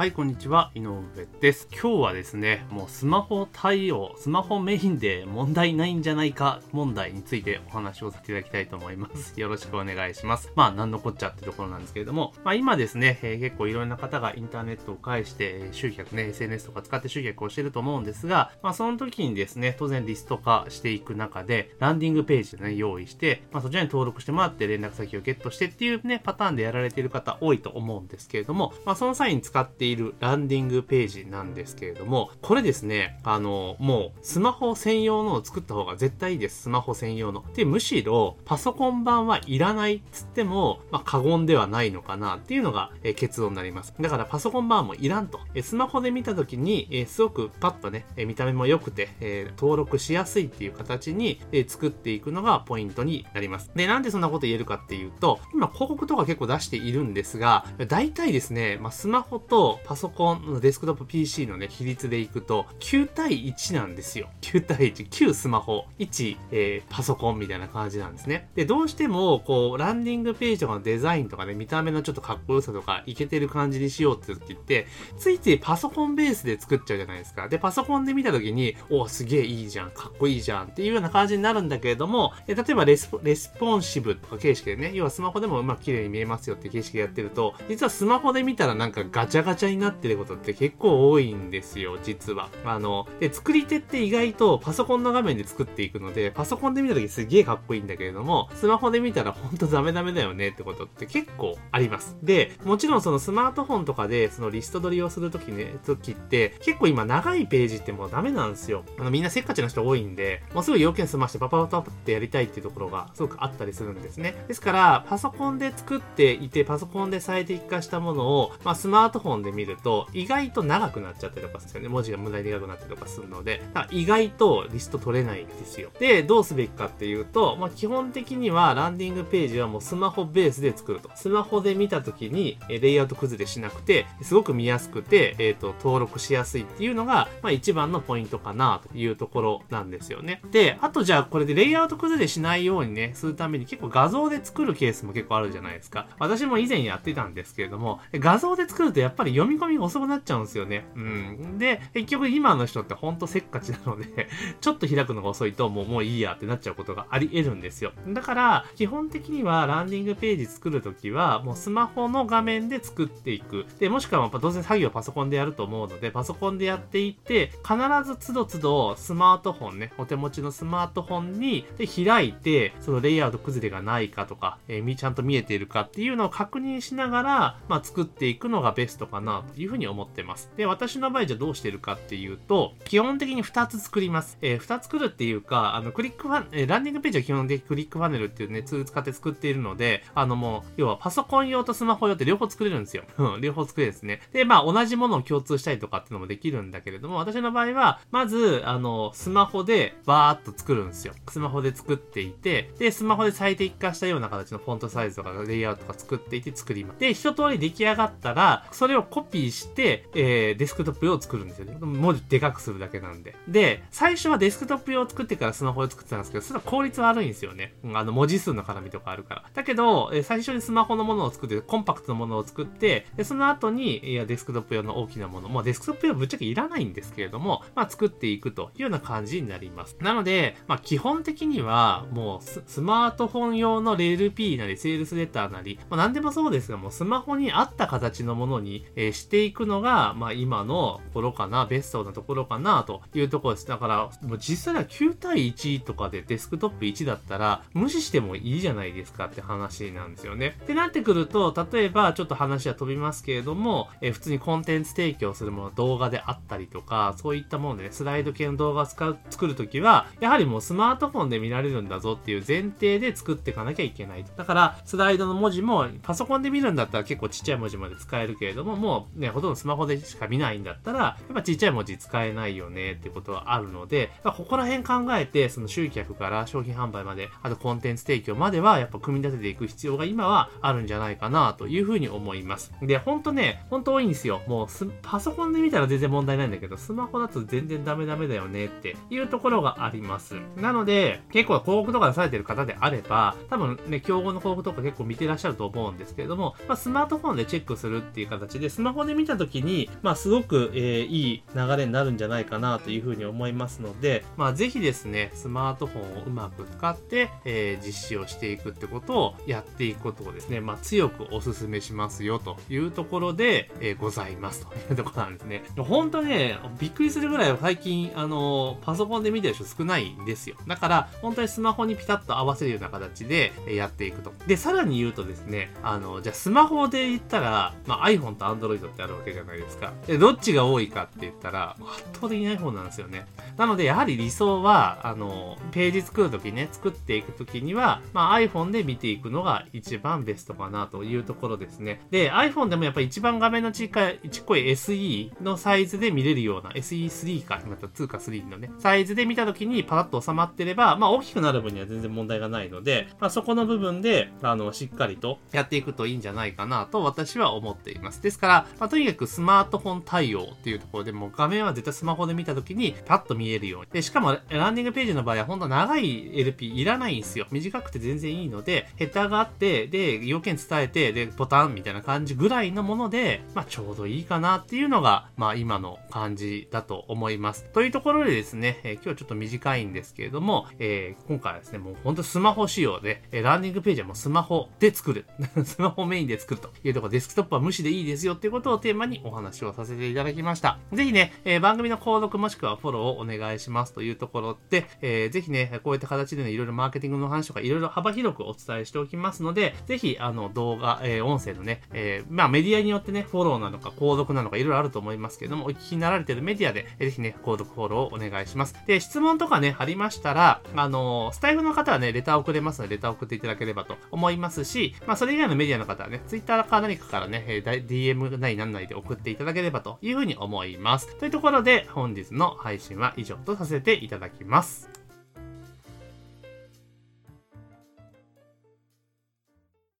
はい、こんにちは。井上です。今日はですね、もうスマホ対応、スマホメインで問題ないんじゃないか問題についてお話をさせていただきたいと思います。よろしくお願いします。なんのこっちゃってところなんですけれども、今ですね、結構いろんな方がインターネットを介して集客ね、SNS とか使って集客をしていると思うんですが、その時にですね、当然リスト化していく中で、ランディングページでね、用意して、そちらに登録してもらって連絡先をゲットしてっていうね、パターンでやられている方多いと思うんですけれども、その際に使っているランディングページなんですけれども、これですね、もうスマホ専用のを作った方が絶対いいです。スマホ専用の。で、むしろパソコン版はいらないっつっても、過言ではないのかなっていうのが、結論になります。だからパソコン版もいらんと。スマホで見た時に、すごくパッとね、見た目も良くて、登録しやすいっていう形に、作っていくのがポイントになります。で、なんでそんなこと言えるかっていうと、今広告とか結構出しているんですが、大体ですね、スマホとパソコンのデスクトップ PC のね、比率でいくと、9対1なんですよ。9対1。9スマホ、1、パソコンみたいな感じなんですね。で、どうしても、ランディングページとかのデザインとかね、見た目のちょっとかっこよさとか、イケてる感じにしようって時って、ついついパソコンベースで作っちゃうじゃないですか。で、パソコンで見た時に、すげえいいじゃん、かっこいいじゃんっていうような感じになるんだけれども、例えばレスポンシブとか形式でね、要はスマホでもうまく綺麗に見えますよって形式でやってると、実はスマホで見たらなんかガチャガチャになってることって結構多いんですよ、実は。で、作り手って意外とパソコンの画面で作っていくので、パソコンで見た時すげえかっこいいんだけれども、スマホで見たらほんとダメだよねってことって結構あります。で、もちろんそのスマートフォンとかでそのリスト取りをする時って結構今長いページってもうダメなんですよ。みんなせっかちな人多いんで、もうすぐ要件済ましてパパパパってやりたいっていうところがすごくあったりするんですね。ですから、パソコンで作っていて、パソコンで最適化したものを、スマートフォンで見ると意外と長くなっちゃったりとかするんですよね。文字が無駄に長くなったりとかするので、意外とリスト取れないんですよ。で、どうすべきかっていうと、基本的にはランディングページはもうスマホベースで作ると。スマホで見た時にレイアウト崩れしなくて、すごく見やすくて、登録しやすいっていうのが、一番のポイントかなというところなんですよね。で、あとじゃあこれでレイアウト崩れしないようにね、するために結構画像で作るケースも結構あるじゃないですか。私も以前やってたんですけれども、画像で作るとやっぱり読み込みが遅くなっちゃうんですよね。で、結局今の人ってほんとせっかちなので、ちょっと開くのが遅いともういいやってなっちゃうことがあり得るんですよ。だから、基本的にはランディングページ作るときは、もうスマホの画面で作っていく。で、もしくは当然作業はパソコンでやると思うので、パソコンでやっていって、必ず都度都度スマートフォンね、お手持ちのスマートフォンに開いて、そのレイアウト崩れがないかとか、ちゃんと見えているかっていうのを確認しながら、作っていくのがベストかなというふうに思ってます。で、私の場合じゃどうしてるかっていうと、基本的に2つ作ります。2つ作るっていうか、クリックランディングページは基本的にクリックファネルっていうね、ツール使って作っているので、もう、要はパソコン用とスマホ用って両方作れるんですよ。両方作れるんですね。で、同じものを共通したりとかっていうのもできるんだけれども、私の場合は、まず、スマホでバーっと作るんですよ。スマホで作っていて、で、スマホで最適化したような形のフォントサイズとかレイアウトとか作っていて作ります。で、一通り出来上がったら、それをコピーして、デスクトップ用を作るんですよね。文字でかくするだけなんで。で、最初はデスクトップ用を作ってからスマホで作ってたんですけど、それは効率悪いんですよね。文字数の絡みとかあるから。だけど、最初にスマホのものを作って、コンパクトなものを作って、で、その後に、デスクトップ用の大きなもの、デスクトップ用はぶっちゃけいらないんですけれども、作っていくというような感じになります。なので、基本的には、もうスマートフォン用のLP なり、セールスレターなり、何でもそうですが、もうスマホに合った形のものに、していくのが、今のところかな、ベストなところかな、というところです。だから、もう実際は9対1とかでデスクトップ1だったら、無視してもいいじゃないですかって話なんですよね。ってなってくると、例えば、ちょっと話は飛びますけれども、普通にコンテンツ提供するもの、動画であったりとか、そういったものでね、スライド系の動画を作るときは、やはりもうスマートフォンで見られるんだぞっていう前提で作っていかなきゃいけない。だから、スライドの文字も、パソコンで見るんだったら結構ちっちゃい文字まで使えるけれども、もうね、ほとんどスマホでしか見ないんだったら、やっぱちっちゃい文字使えないよねっていうことはあるので、ここら辺考えて、その集客から商品販売まで、あとコンテンツ提供までは、やっぱ組み立てていく必要が今はあるんじゃないかなというふうに思います。で、ほんと多いんですよ。もうパソコンで見たら全然問題ないんだけど、スマホだと全然ダメだよねっていうところがあります。なので、結構広告とか出されてる方であれば、多分ね、競合の広告とか結構見てらっしゃると思うんですけれども、スマートフォンでチェックするっていう形で、スママホで見た時に、すごく、いい流れになるんじゃないかなというふうに思いますので、ぜひですね、スマートフォンをうまく使って、実施をしていくってことをやっていくことをですね、強くお勧めしますよというところで、ございますというところなんですね。本当ね、びっくりするぐらい最近、パソコンで見てる人少ないんですよ。だから、本当にスマホにピタッと合わせるような形でやっていくと。で、さらに言うとですね、じゃあスマホで言ったら、iPhone と Android ってあるわけじゃないですか。で、どっちが多いかって言ったら、圧倒的に iPhone なんですよね。なので、やはり理想は、ページ作るときね、作っていくときには、iPhone で見ていくのが一番ベストかなというところですね。で、iPhone でもやっぱり一番画面のちっこい SE のサイズで見れるような、SE3 か、また2か3のね、サイズで見たときにパラッと収まってれば、大きくなる分には全然問題がないので、そこの部分で、しっかりとやっていくといいんじゃないかなと私は思っています。ですから、とにかくスマートフォン対応っていうところでもう画面は絶対スマホで見たときにパッと見えるように。で、しかもランディングページの場合は本当長い LP いらないんですよ。短くて全然いいので、ヘッダーがあって、で、要件伝えて、で、ボタンみたいな感じぐらいのもので、ちょうどいいかなっていうのが、今の感じだと思います。というところでですね、今日はちょっと短いんですけれども、今回はですね、もう本当スマホ仕様で、ランディングページはもうスマホで作る。スマホメインで作るというところ、デスクトップは無視でいいですよっていうことをテーマにお話をさせていただきました。ぜひね、番組の購読もしくはフォローをお願いしますというところで、ぜひね、こういった形でね、いろいろマーケティングの話とかいろいろ幅広くお伝えしておきますので、ぜひ、動画、音声のね、メディアによってね、フォローなのか購読なのかいろいろあると思いますけれども、お聞きになられているメディアで、ぜひね、購読フォローをお願いします。で、質問とかね、ありましたら、スタイフの方はね、レターをくれますので、レターを送っていただければと思いますし、それ以外のメディアの方はね、Twitter か何かからね、DM なりなんなりで送っていただければというふうに思います。というところで、本日の配信は以上とさせていただきます。